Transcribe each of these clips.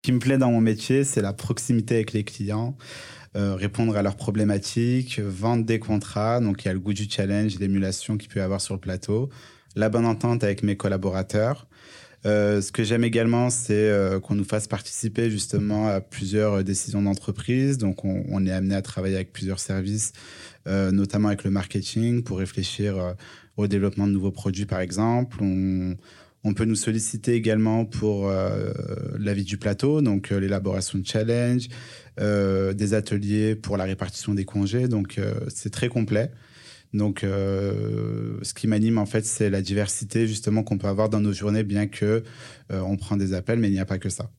Ce qui me plaît dans mon métier, c'est la proximité avec les clients, répondre à leurs problématiques, vendre des contrats. Donc, il y a le goût du challenge, l'émulation qu'il peut y avoir sur le plateau, la bonne entente avec mes collaborateurs. Ce que j'aime également, c'est qu'on nous fasse participer justement à plusieurs décisions d'entreprise. Donc, on est amené à travailler avec plusieurs services, notamment avec le marketing, pour réfléchir au développement de nouveaux produits, par exemple. On peut nous solliciter également pour la vie du plateau, donc l'élaboration de challenges, des ateliers pour la répartition des congés. Donc, c'est très complet. Donc, ce qui m'anime, en fait, c'est la diversité, justement, qu'on peut avoir dans nos journées, bien que on prend des appels, mais il n'y a pas que ça.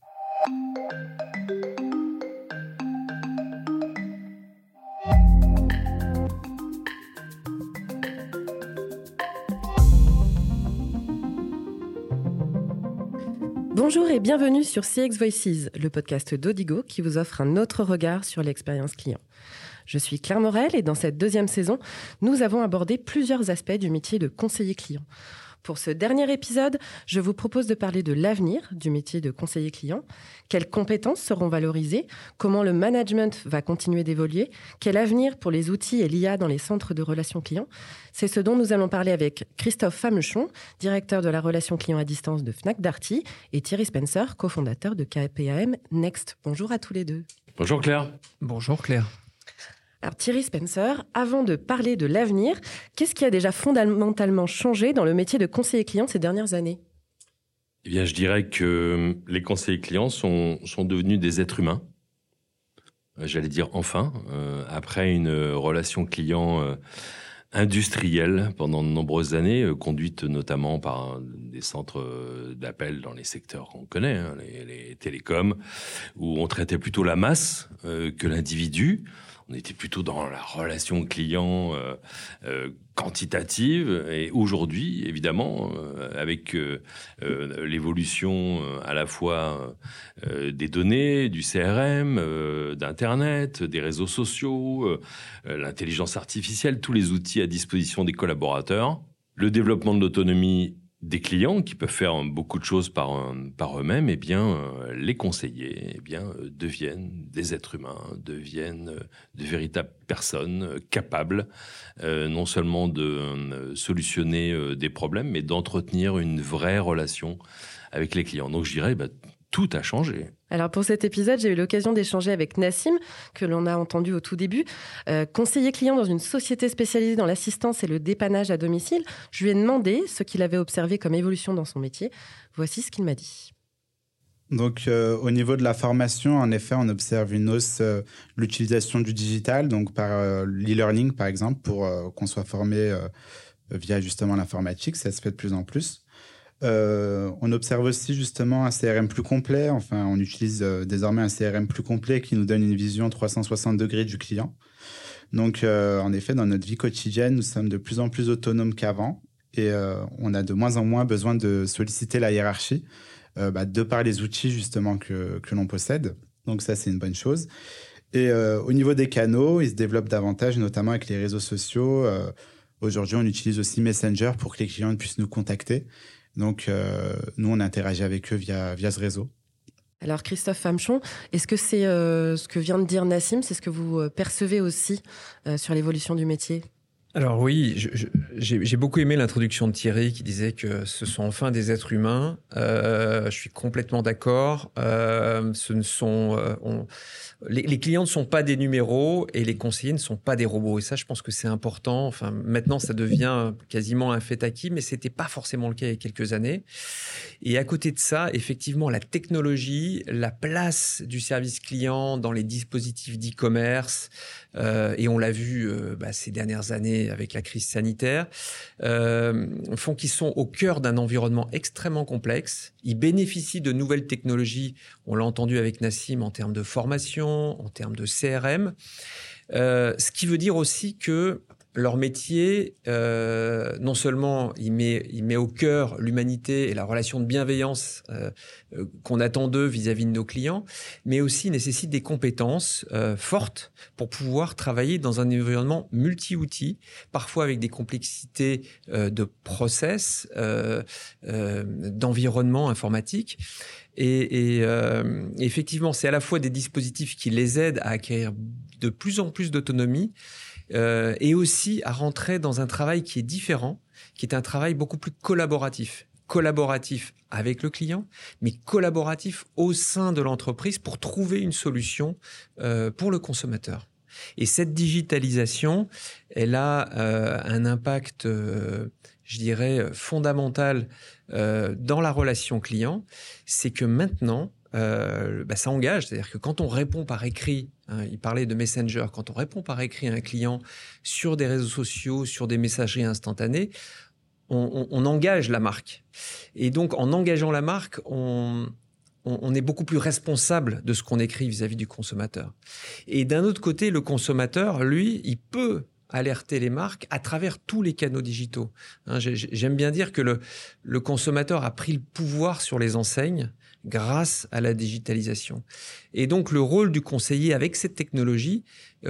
Bonjour et bienvenue sur CX Voices, le podcast d'Odigo qui vous offre un autre regard sur l'expérience client. Je suis Claire Morel et dans cette deuxième saison, nous avons abordé plusieurs aspects du métier de conseiller client. Pour ce dernier épisode, je vous propose de parler de l'avenir du métier de conseiller client, quelles compétences seront valorisées, comment le management va continuer d'évoluer, quel avenir pour les outils et l'IA dans les centres de relations clients. C'est ce dont nous allons parler avec Christophe Famechon, directeur de la relation client à distance de Fnac Darty, et Thierry Spencer, cofondateur de KPAM Next. Bonjour à tous les deux. Bonjour Claire. Bonjour Claire. Alors Thierry Spencer, avant de parler de l'avenir, qu'est-ce qui a déjà fondamentalement changé dans le métier de conseiller client ces dernières années ? Eh bien, je dirais que les conseillers clients sont devenus des êtres humains. J'allais dire enfin, après une relation client industrielle pendant de nombreuses années, conduite notamment par des centres d'appel dans les secteurs qu'on connaît, hein, les télécoms, où on traitait plutôt la masse que l'individu. On était plutôt dans la relation client quantitative. Et aujourd'hui, évidemment, avec l'évolution à la fois des données, du CRM, d'Internet, des réseaux sociaux, l'intelligence artificielle, tous les outils à disposition des collaborateurs, le développement de l'autonomie des clients qui peuvent faire beaucoup de choses par eux-mêmes, eh bien, les conseillers deviennent des êtres humains, deviennent de véritables personnes capables non seulement de solutionner des problèmes, mais d'entretenir une vraie relation avec les clients. Donc je dirais, tout a changé. Alors pour cet épisode, j'ai eu l'occasion d'échanger avec Nassim, que l'on a entendu au tout début, conseiller client dans une société spécialisée dans l'assistance et le dépannage à domicile. Je lui ai demandé ce qu'il avait observé comme évolution dans son métier. Voici ce qu'il m'a dit. Donc, au niveau de la formation, en effet, on observe une hausse de l'utilisation du digital, donc par l'e-learning, par exemple, pour qu'on soit formé via justement l'informatique. Ça se fait de plus en plus. On observe aussi justement un CRM plus complet. Enfin, on utilise désormais un CRM plus complet qui nous donne une vision 360 degrés du client. Donc, en effet, dans notre vie quotidienne, nous sommes de plus en plus autonomes qu'avant et on a de moins en moins besoin de solliciter la hiérarchie de par les outils justement que l'on possède. Donc ça, c'est une bonne chose. Et au niveau des canaux, ils se développent davantage, notamment avec les réseaux sociaux. Aujourd'hui, on utilise aussi Messenger pour que les clients puissent nous contacter. Donc, nous, on interagit avec eux via ce réseau. Alors, Christophe Famechon, est-ce que c'est ce que vient de dire Nassim, c'est ce que vous percevez aussi sur l'évolution du métier ? Alors oui, j'ai beaucoup aimé l'introduction de Thierry qui disait que ce sont enfin des êtres humains. Je suis complètement d'accord. Les clients ne sont pas des numéros et les conseillers ne sont pas des robots. Et ça, je pense que c'est important. Enfin, maintenant, ça devient quasiment un fait acquis, mais c'était pas forcément le cas il y a quelques années. Et à côté de ça, effectivement, la technologie, la place du service client dans les dispositifs d'e-commerce, et on l'a vu ces dernières années avec la crise sanitaire, font qu'ils sont au cœur d'un environnement extrêmement complexe. Ils bénéficient de nouvelles technologies, on l'a entendu avec Nassim, en termes de formation, en termes de CRM. Ce qui veut dire aussi que leur métier, non seulement il met au cœur l'humanité et la relation de bienveillance qu'on attend d'eux vis-à-vis de nos clients, mais aussi nécessite des compétences fortes pour pouvoir travailler dans un environnement multi-outils, parfois avec des complexités de process, d'environnement informatique. Et effectivement, c'est à la fois des dispositifs qui les aident à acquérir de plus en plus d'autonomie, et aussi à rentrer dans un travail qui est différent, qui est un travail beaucoup plus collaboratif. Collaboratif avec le client, mais collaboratif au sein de l'entreprise pour trouver une solution pour le consommateur. Et cette digitalisation, elle a un impact, je dirais, fondamental dans la relation client. C'est que maintenant, ça engage. C'est-à-dire que quand on répond par écrit, il parlait de Messenger, quand on répond par écrit à un client sur des réseaux sociaux, sur des messageries instantanées, on engage la marque. Et donc, en engageant la marque, on est beaucoup plus responsable de ce qu'on écrit vis-à-vis du consommateur. Et d'un autre côté, le consommateur, lui, il peut alerter les marques à travers tous les canaux digitaux. J'aime bien dire que le consommateur a pris le pouvoir sur les enseignes grâce à la digitalisation. Et donc, le rôle du conseiller avec cette technologie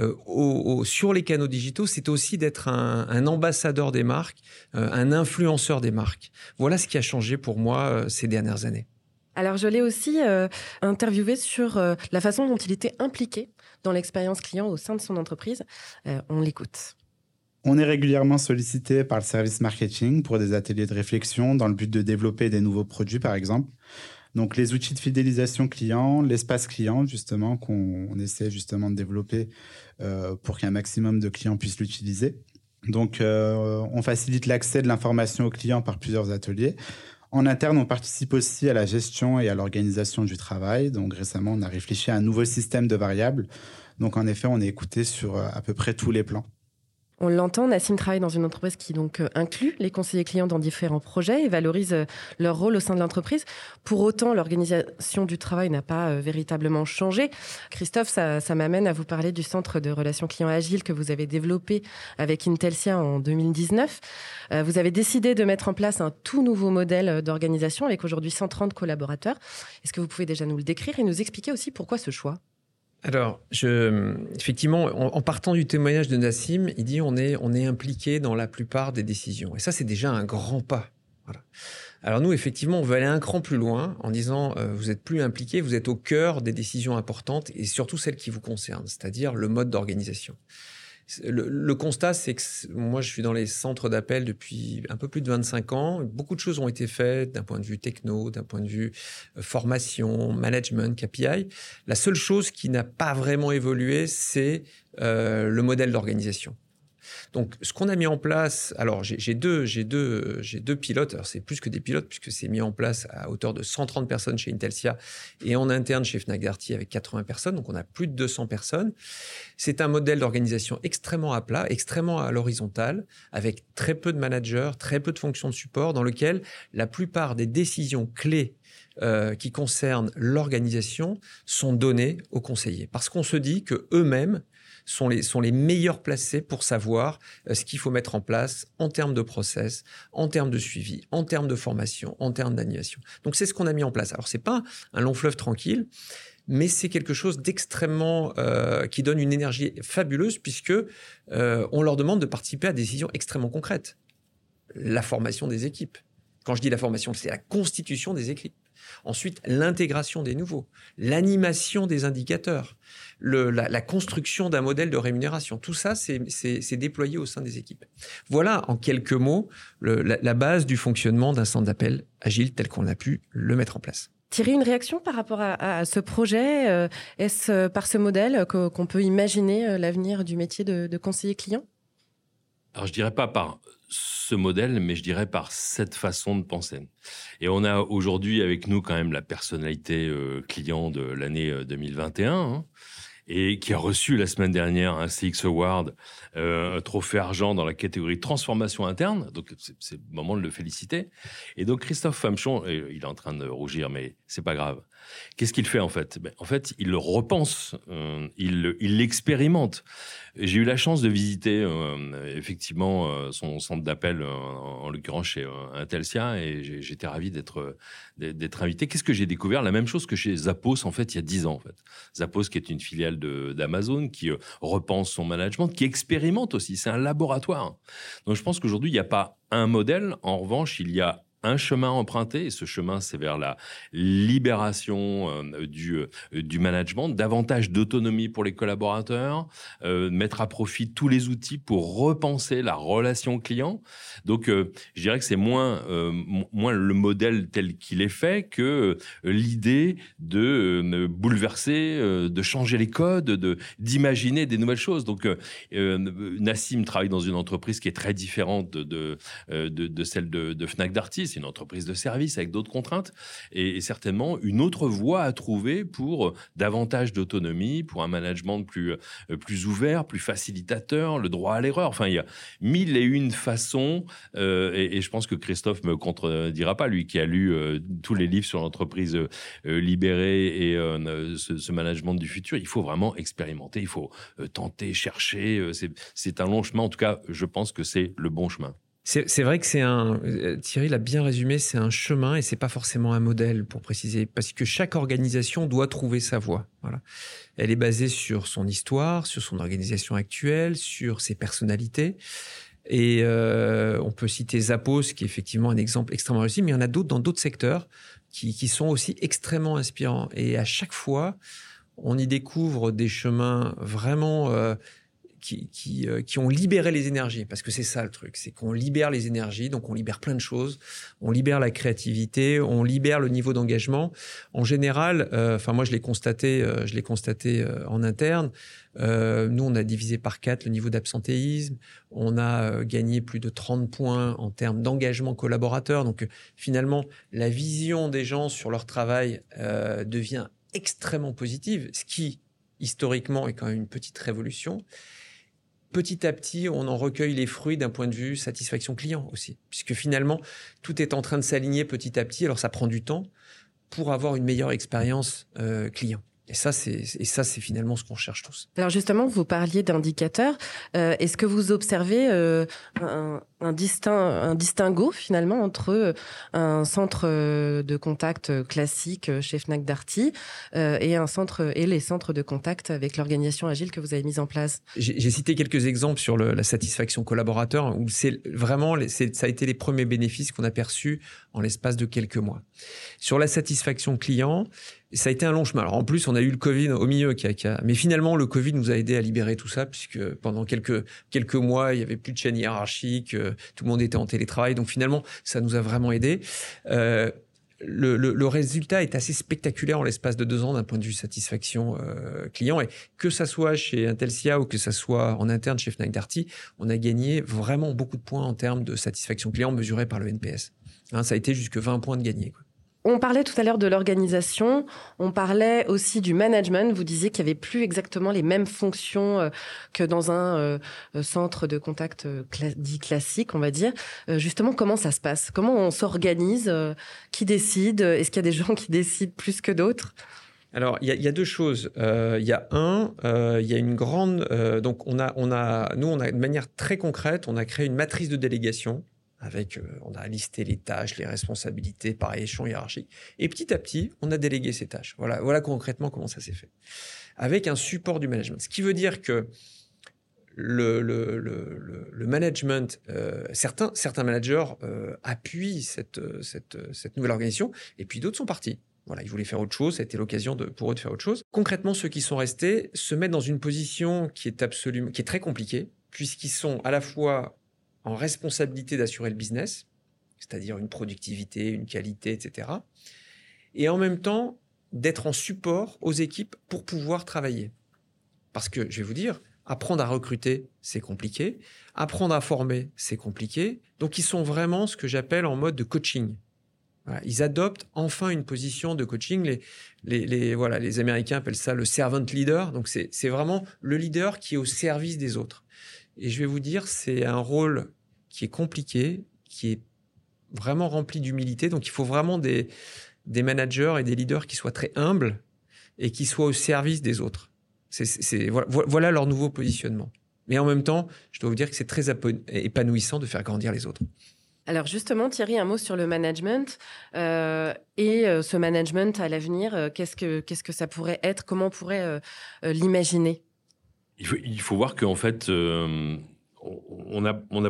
sur les canaux digitaux, c'est aussi d'être un ambassadeur des marques, un influenceur des marques. Voilà ce qui a changé pour moi ces dernières années. Alors, je l'ai aussi interviewé sur la façon dont il était impliqué dans l'expérience client au sein de son entreprise. On l'écoute. On est régulièrement sollicité par le service marketing pour des ateliers de réflexion dans le but de développer des nouveaux produits, par exemple. Donc, les outils de fidélisation client, l'espace client, justement, qu'on essaie justement de développer pour qu'un maximum de clients puissent l'utiliser. Donc, on facilite l'accès de l'information aux clients par plusieurs ateliers. En interne, on participe aussi à la gestion et à l'organisation du travail. Donc, récemment, on a réfléchi à un nouveau système de variables. Donc, en effet, on est écouté sur à peu près tous les plans. On l'entend, Nassim travaille dans une entreprise qui donc inclut les conseillers clients dans différents projets et valorise leur rôle au sein de l'entreprise. Pour autant, l'organisation du travail n'a pas véritablement changé. Christophe, ça m'amène à vous parler du centre de relations clients agile que vous avez développé avec Intelsia en 2019. Vous avez décidé de mettre en place un tout nouveau modèle d'organisation avec aujourd'hui 130 collaborateurs. Est-ce que vous pouvez déjà nous le décrire et nous expliquer aussi pourquoi ce choix ? Alors, effectivement, en partant du témoignage de Nassim, il dit on est impliqué dans la plupart des décisions. Et ça, c'est déjà un grand pas. Voilà. Alors nous, effectivement, on veut aller un cran plus loin en disant vous êtes plus impliqué, vous êtes au cœur des décisions importantes et surtout celles qui vous concernent, c'est-à-dire le mode d'organisation. Le constat, c'est que moi, je suis dans les centres d'appel depuis un peu plus de 25 ans. Beaucoup de choses ont été faites d'un point de vue techno, d'un point de vue formation, management, KPI. La seule chose qui n'a pas vraiment évolué, c'est le modèle d'organisation. Donc, ce qu'on a mis en place, alors j'ai deux pilotes. Alors, c'est plus que des pilotes puisque c'est mis en place à hauteur de 130 personnes chez Intelsia et en interne chez Fnac Darty avec 80 personnes. Donc, on a plus de 200 personnes. C'est un modèle d'organisation extrêmement à plat, extrêmement à l'horizontale, avec très peu de managers, très peu de fonctions de support, dans lequel la plupart des décisions clés qui concernent l'organisation sont données aux conseillers. Parce qu'on se dit que eux-mêmes sont les meilleurs placés pour savoir ce qu'il faut mettre en place en termes de process, en termes de suivi, en termes de formation, en termes d'animation. Donc, c'est ce qu'on a mis en place. Alors, c'est pas un long fleuve tranquille, mais c'est quelque chose d'extrêmement qui donne une énergie fabuleuse puisque on leur demande de participer à des décisions extrêmement concrètes. La formation des équipes. Quand je dis la formation, c'est la constitution des équipes. Ensuite, l'intégration des nouveaux, l'animation des indicateurs, la construction d'un modèle de rémunération. Tout ça, c'est déployé au sein des équipes. Voilà, en quelques mots, la base du fonctionnement d'un centre d'appel agile tel qu'on a pu le mettre en place. Thierry, une réaction par rapport à ce projet ? Est-ce par ce modèle qu'on peut imaginer l'avenir du métier de conseiller client ? Alors, je dirais pas par ce modèle, mais je dirais par cette façon de penser. Et on a aujourd'hui avec nous quand même la personnalité client de l'année 2021. et qui a reçu la semaine dernière un CX Award, un trophée argent dans la catégorie transformation interne. Donc, c'est le moment de le féliciter. Et donc, Christophe Famchon, il est en train de rougir, mais c'est pas grave. Qu'est-ce qu'il fait en fait ? En fait, il le repense, il l'expérimente. J'ai eu la chance de visiter effectivement son centre d'appel, en l'occurrence chez Intelsia, et j'étais ravi d'être invité. Qu'est-ce que j'ai découvert ? La même chose que chez Zappos en fait il y a 10 ans. En fait. Zappos qui est une filiale d'Amazon, qui repense son management, qui expérimente aussi. C'est un laboratoire. Donc je pense qu'aujourd'hui il n'y a pas un modèle. En revanche, il y a un chemin emprunté, et ce chemin, c'est vers la libération du management, davantage d'autonomie pour les collaborateurs, mettre à profit tous les outils pour repenser la relation client. Donc, je dirais que c'est moins le modèle tel qu'il est fait que l'idée de bouleverser, de changer les codes, d'imaginer des nouvelles choses. Donc, Nassim travaille dans une entreprise qui est très différente de celle de Fnac Darty. C'est une entreprise de service avec d'autres contraintes et certainement une autre voie à trouver pour davantage d'autonomie, pour un management plus ouvert, plus facilitateur, le droit à l'erreur. Enfin, il y a 1001 façons et je pense que Christophe me contredira pas, lui qui a lu tous les livres sur l'entreprise libérée et ce management du futur. Il faut vraiment expérimenter, il faut tenter, chercher. C'est un long chemin. En tout cas, je pense que c'est le bon chemin. C'est vrai que Thierry l'a bien résumé, c'est un chemin et c'est pas forcément un modèle, pour préciser, parce que chaque organisation doit trouver sa voie. Voilà. Elle est basée sur son histoire, sur son organisation actuelle, sur ses personnalités. Et on peut citer Zappos, qui est effectivement un exemple extrêmement réussi, mais il y en a d'autres dans d'autres secteurs qui sont aussi extrêmement inspirants. Et à chaque fois, on y découvre des chemins vraiment qui ont libéré les énergies, parce que c'est ça le truc, c'est qu'on libère les énergies, donc on libère plein de choses, on libère la créativité, on libère le niveau d'engagement. En général, moi je l'ai constaté en interne. Nous, on a divisé par 4 le niveau d'absentéisme, on a gagné plus de 30 points en termes d'engagement collaborateur. Donc finalement, la vision des gens sur leur travail devient extrêmement positive, ce qui historiquement est quand même une petite révolution. Petit à petit, on en recueille les fruits d'un point de vue satisfaction client aussi, puisque finalement, tout est en train de s'aligner petit à petit. Alors, ça prend du temps pour avoir une meilleure expérience client. Et ça, c'est finalement ce qu'on cherche tous. Alors justement, vous parliez d'indicateurs. Est-ce que vous observez un distinguo finalement entre un centre de contact classique chez Fnac Darty et les centres de contact avec l'organisation agile que vous avez mise en place? J'ai cité quelques exemples sur la satisfaction collaborateur, où ça a été les premiers bénéfices qu'on a perçus en l'espace de quelques mois. Sur la satisfaction client, ça a été un long chemin. Alors en plus, on a eu le Covid au milieu, mais finalement le Covid nous a aidé à libérer tout ça, puisque pendant quelques mois, il y avait plus de chaîne hiérarchique, tout le monde était en télétravail, donc finalement, ça nous a vraiment aidé. Le résultat est assez spectaculaire en l'espace de 2 ans d'un point de vue satisfaction client, et que ça soit chez Intelsia ou que ça soit en interne chez Fnac Darty, on a gagné vraiment beaucoup de points en termes de satisfaction client mesuré par le NPS. Ça a été jusque 20 points de gagné, quoi. On parlait tout à l'heure de l'organisation, on parlait aussi du management. Vous disiez qu'il n'y avait plus exactement les mêmes fonctions que dans un centre de contact dit classique, on va dire. Justement, comment ça se passe ? Comment on s'organise ? Qui décide ? Est-ce qu'il y a des gens qui décident plus que d'autres ? Alors, il y a 2 choses. Il y a une grande... donc, on a de manière très concrète, on a créé une matrice de délégation. On a listé les tâches, les responsabilités par échelon hiérarchique. Et petit à petit, on a délégué ces tâches. Voilà concrètement comment ça s'est fait. Avec un support du management. Ce qui veut dire que le management, certains managers appuient cette nouvelle organisation, et puis d'autres sont partis. Voilà, ils voulaient faire autre chose, ça a été l'occasion pour eux de faire autre chose. Concrètement, ceux qui sont restés se mettent dans une position qui est très compliquée, puisqu'ils sont à la fois en responsabilité d'assurer le business, c'est-à-dire une productivité, une qualité, etc. Et en même temps, d'être en support aux équipes pour pouvoir travailler. Parce que, je vais vous dire, apprendre à recruter, c'est compliqué. Apprendre à former, c'est compliqué. Donc, ils sont vraiment ce que j'appelle en mode de coaching. Voilà, ils adoptent enfin une position de coaching. Les Américains appellent ça le servant leader. Donc, c'est vraiment le leader qui est au service des autres. Et je vais vous dire, c'est un rôle qui est compliqué, qui est vraiment rempli d'humilité. Donc, il faut vraiment des managers et des leaders qui soient très humbles et qui soient au service des autres. Voilà leur nouveau positionnement. Mais en même temps, je dois vous dire que c'est très épanouissant de faire grandir les autres. Alors justement, Thierry, un mot sur le management ce management à l'avenir, qu'est-ce que ça pourrait être? Comment on pourrait l'imaginer? Il faut voir qu'en fait, on n'a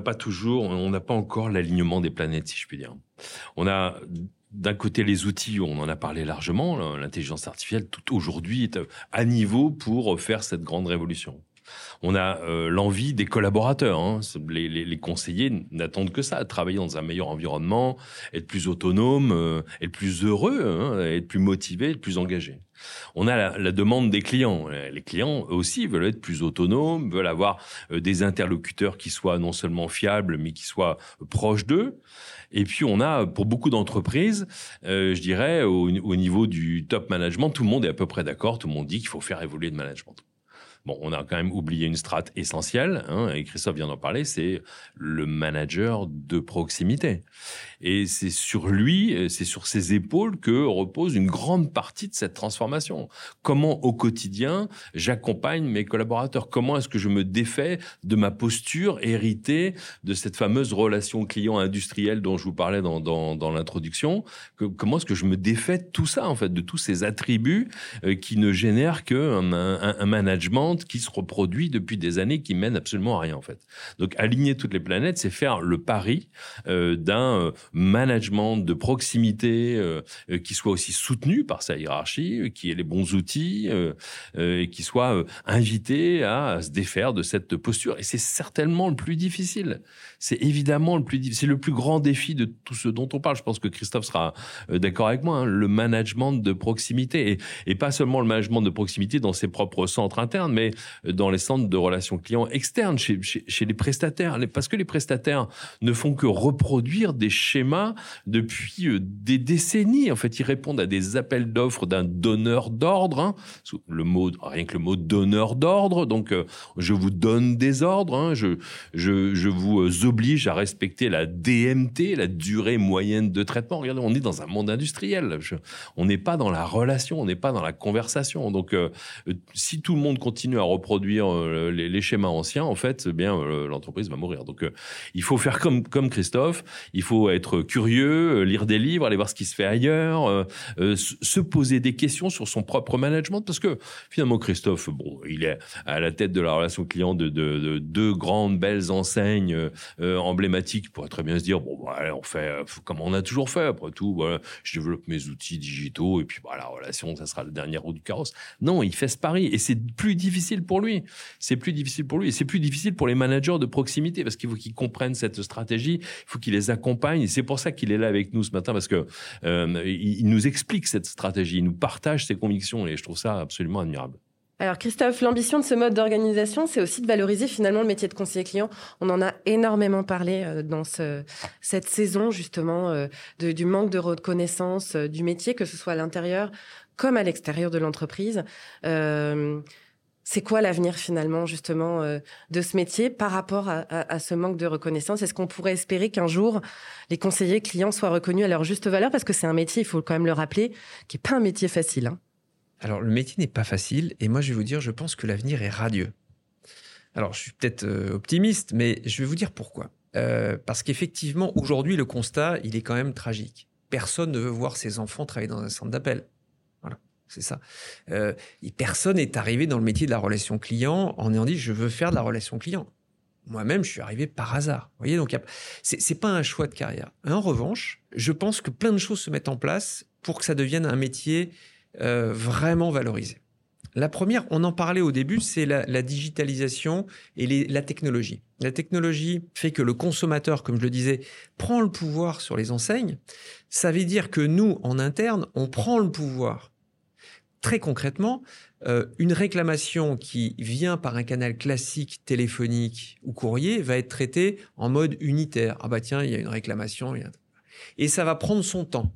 pas encore l'alignement des planètes, si je puis dire. On a d'un côté les outils, on en a parlé largement, l'intelligence artificielle, tout aujourd'hui est à niveau pour faire cette grande révolution. On a l'envie des collaborateurs. Hein. Les conseillers n'attendent que ça, travailler dans un meilleur environnement, être plus autonome, être plus heureux, être plus motivé, être plus engagé. On a la demande des clients. Les clients aussi veulent être plus autonomes, veulent avoir des interlocuteurs qui soient non seulement fiables, mais qui soient proches d'eux. Et puis, on a, pour beaucoup d'entreprises, je dirais, au niveau du top management, tout le monde est à peu près d'accord. Tout le monde dit qu'il faut faire évoluer le management. Bon, on a quand même oublié une strate essentielle, et Christophe vient d'en parler, c'est le manager de proximité. Et c'est sur lui, c'est sur ses épaules que repose une grande partie de cette transformation. Comment, au quotidien, j'accompagne mes collaborateurs? Comment est-ce que je me défais de ma posture héritée de cette fameuse relation client industrielle dont je vous parlais dans l'introduction? Comment est-ce que je me défais de tout ça, en fait, de tous ces attributs qui ne génèrent qu'un management qui se reproduit depuis des années, qui mène absolument à rien, en fait. Donc, aligner toutes les planètes, c'est faire le pari d'un management de proximité qui soit aussi soutenu par sa hiérarchie, qui ait les bons outils et qui soit invité à se défaire de cette posture. Et c'est certainement le plus difficile. C'est évidemment le plus difficile. C'est le plus grand défi de tout ce dont on parle. Je pense que Christophe sera d'accord avec moi, le management de proximité. Et pas seulement le management de proximité dans ses propres centres internes, mais dans les centres de relations clients externes, chez les prestataires. Parce que les prestataires ne font que reproduire des schémas depuis des décennies. En fait, ils répondent à des appels d'offres d'un donneur d'ordre. Rien que le mot donneur d'ordre. Donc, je vous donne des ordres. Je vous oblige à respecter la DMT, la durée moyenne de traitement. Regardez, on est dans un monde industriel. On n'est pas dans la relation, on n'est pas dans la conversation. Donc, si tout le monde continue à reproduire les schémas anciens, en fait, l'entreprise va mourir. Donc, il faut faire comme Christophe. Il faut être curieux, lire des livres, aller voir ce qui se fait ailleurs, se poser des questions sur son propre management, parce que finalement, Christophe, il est à la tête de la relation client de deux grandes belles enseignes emblématiques. Il pourrait très bien se dire, on fait comme on a toujours fait. Après tout, voilà, je développe mes outils digitaux et puis la relation, ça sera le dernier roue du carrosse. Non, il fait ce pari et c'est plus difficile pour lui. C'est plus difficile pour lui et c'est plus difficile pour les managers de proximité parce qu'il faut qu'ils comprennent cette stratégie, il faut qu'ils les accompagnent et c'est pour ça qu'il est là avec nous ce matin parce que il nous explique cette stratégie, il nous partage ses convictions et je trouve ça absolument admirable. Alors Christophe, l'ambition de ce mode d'organisation, c'est aussi de valoriser finalement le métier de conseiller client. On en a énormément parlé dans cette saison justement du manque de reconnaissance du métier, que ce soit à l'intérieur comme à l'extérieur de l'entreprise. C'est quoi l'avenir finalement justement de ce métier par rapport à ce manque de reconnaissance? Est-ce qu'on pourrait espérer qu'un jour les conseillers clients soient reconnus à leur juste valeur? Parce que c'est un métier, il faut quand même le rappeler, qui n'est pas un métier facile. Alors, le métier n'est pas facile et moi, je vais vous dire, je pense que l'avenir est radieux. Alors, je suis peut-être optimiste, mais je vais vous dire pourquoi. Parce qu'effectivement, aujourd'hui, le constat, il est quand même tragique. Personne ne veut voir ses enfants travailler dans un centre d'appel. Voilà, c'est ça. Et personne n'est arrivé dans le métier de la relation client en ayant dit « je veux faire de la relation client ». Moi-même, je suis arrivé par hasard. Vous voyez, donc c'est pas un choix de carrière. En revanche, je pense que plein de choses se mettent en place pour que ça devienne un métier vraiment valorisé. La première, on en parlait au début, c'est la digitalisation et la technologie. La technologie fait que le consommateur, comme je le disais, prend le pouvoir sur les enseignes. Ça veut dire que nous, en interne, on prend le pouvoir. Très concrètement, une réclamation qui vient par un canal classique, téléphonique ou courrier, va être traitée en mode unitaire. Ah bah tiens, il y a une réclamation. Et ça va prendre son temps.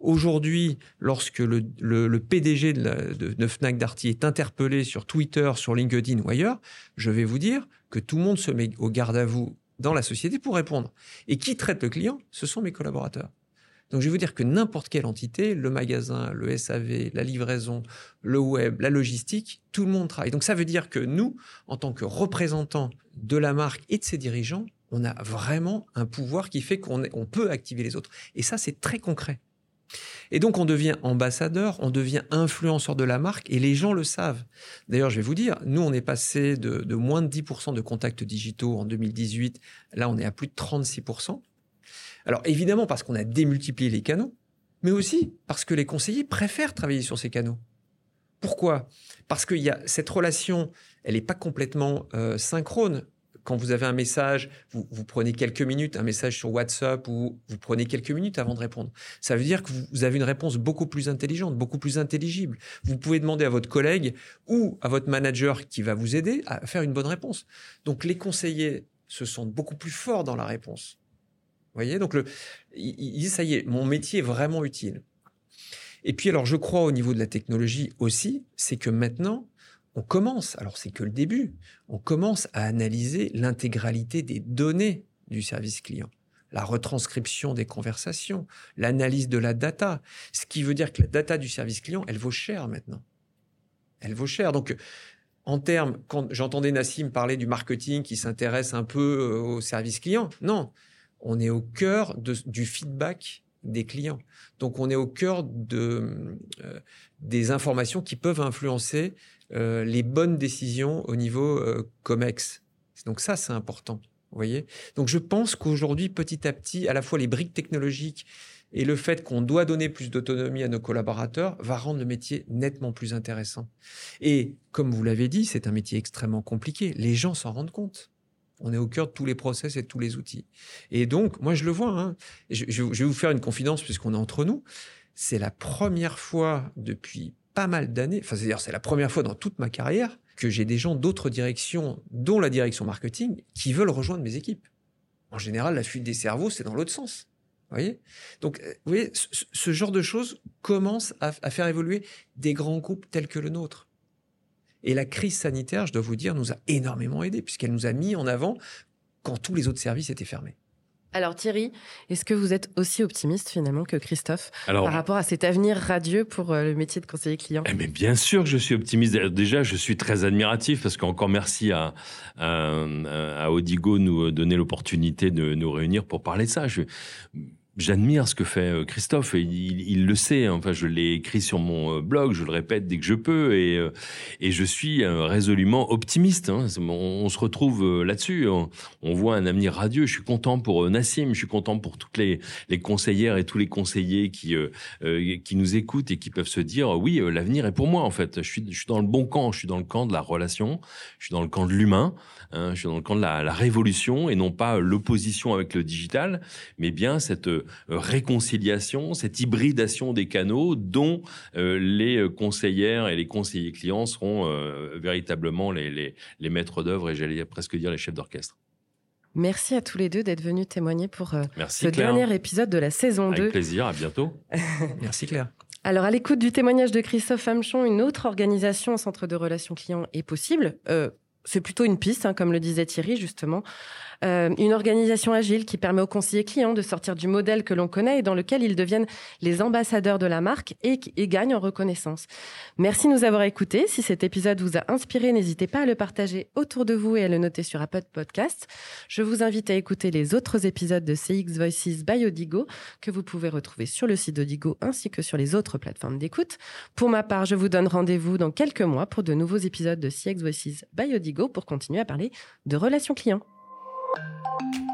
Aujourd'hui, lorsque le PDG de Fnac Darty est interpellé sur Twitter, sur LinkedIn ou ailleurs, je vais vous dire que tout le monde se met au garde à vous dans la société pour répondre. Et qui traite le client? Ce sont mes collaborateurs. Donc, je vais vous dire que n'importe quelle entité, le magasin, le SAV, la livraison, le web, la logistique, tout le monde travaille. Donc, ça veut dire que nous, en tant que représentants de la marque et de ses dirigeants, on a vraiment un pouvoir qui fait qu'on peut activer les autres. Et ça, c'est très concret. Et donc, on devient ambassadeur, on devient influenceur de la marque et les gens le savent. D'ailleurs, je vais vous dire, nous, on est passé de moins de 10% de contacts digitaux en 2018. Là, on est à plus de 36%. Alors, évidemment, parce qu'on a démultiplié les canaux, mais aussi parce que les conseillers préfèrent travailler sur ces canaux. Pourquoi? Parce qu'il y a cette relation, elle n'est pas complètement synchrone. Quand vous avez un message, vous prenez quelques minutes, un message sur WhatsApp, ou vous prenez quelques minutes avant de répondre. Ça veut dire que vous avez une réponse beaucoup plus intelligente, beaucoup plus intelligible. Vous pouvez demander à votre collègue ou à votre manager qui va vous aider à faire une bonne réponse. Donc, les conseillers se sentent beaucoup plus forts dans la réponse. Vous voyez? Donc, ils disent, ça y est, mon métier est vraiment utile. Et puis, alors, je crois au niveau de la technologie aussi, c'est que maintenant, on commence, alors c'est que le début, on commence à analyser l'intégralité des données du service client, la retranscription des conversations, l'analyse de la data, ce qui veut dire que la data du service client, elle vaut cher maintenant. Elle vaut cher. Donc, en termes, quand j'entendais Nassim parler du marketing qui s'intéresse un peu au service client, non, on est au cœur du feedback des clients. Donc, on est au cœur des informations qui peuvent influencer les bonnes décisions au niveau COMEX. Donc ça, c'est important. Vous voyez? Donc je pense qu'aujourd'hui, petit à petit, à la fois les briques technologiques et le fait qu'on doit donner plus d'autonomie à nos collaborateurs va rendre le métier nettement plus intéressant. Et comme vous l'avez dit, c'est un métier extrêmement compliqué. Les gens s'en rendent compte. On est au cœur de tous les process et de tous les outils. Et donc, moi, je le vois. Hein. Je vais vous faire une confidence puisqu'on est entre nous. C'est la première fois depuis pas mal d'années, enfin, c'est-à-dire c'est la première fois dans toute ma carrière que j'ai des gens d'autres directions, dont la direction marketing, qui veulent rejoindre mes équipes. En général, la fuite des cerveaux, c'est dans l'autre sens. Vous voyez? Donc, vous voyez, ce genre de choses commence à faire évoluer des grands groupes tels que le nôtre. Et la crise sanitaire, je dois vous dire, nous a énormément aidés, puisqu'elle nous a mis en avant quand tous les autres services étaient fermés. Alors Thierry, est-ce que vous êtes aussi optimiste finalement que Christophe par rapport à cet avenir radieux pour le métier de conseiller client? Mais bien sûr que je suis optimiste. Déjà, je suis très admiratif parce qu'encore merci à Odigo de nous donner l'opportunité de nous réunir pour parler de ça. J'admire ce que fait Christophe et il le sait. Enfin, je l'ai écrit sur mon blog, je le répète dès que je peux et je suis résolument optimiste. Hein. On se retrouve là-dessus. On voit un avenir radieux. Je suis content pour Nassim, je suis content pour toutes les conseillères et tous les conseillers qui nous écoutent et qui peuvent se dire oui, l'avenir est pour moi en fait. Je suis dans le bon camp. Je suis dans le camp de la relation. Je suis dans le camp de l'humain. Hein. Je suis dans le camp de la révolution et non pas l'opposition avec le digital, mais bien cette réconciliation, cette hybridation des canaux dont les conseillères et les conseillers clients seront véritablement les maîtres d'œuvre et j'allais presque dire les chefs d'orchestre. Merci à tous les deux d'être venus témoigner pour Merci, ce Claire. dernier épisode de la saison 2. Avec plaisir, à bientôt. Merci Claire. Alors, à l'écoute du témoignage de Christophe Famechon, une autre organisation en centre de relations clients est possible. C'est plutôt une piste, hein, comme le disait Thierry, justement. Une organisation agile qui permet aux conseillers clients de sortir du modèle que l'on connaît et dans lequel ils deviennent les ambassadeurs de la marque et gagnent en reconnaissance. Merci de nous avoir écoutés. Si cet épisode vous a inspiré, n'hésitez pas à le partager autour de vous et à le noter sur Apple Podcast. Je vous invite à écouter les autres épisodes de CX Voices by Odigo que vous pouvez retrouver sur le site d'Odigo ainsi que sur les autres plateformes d'écoute. Pour ma part, je vous donne rendez-vous dans quelques mois pour de nouveaux épisodes de CX Voices by Odigo pour continuer à parler de relations clients.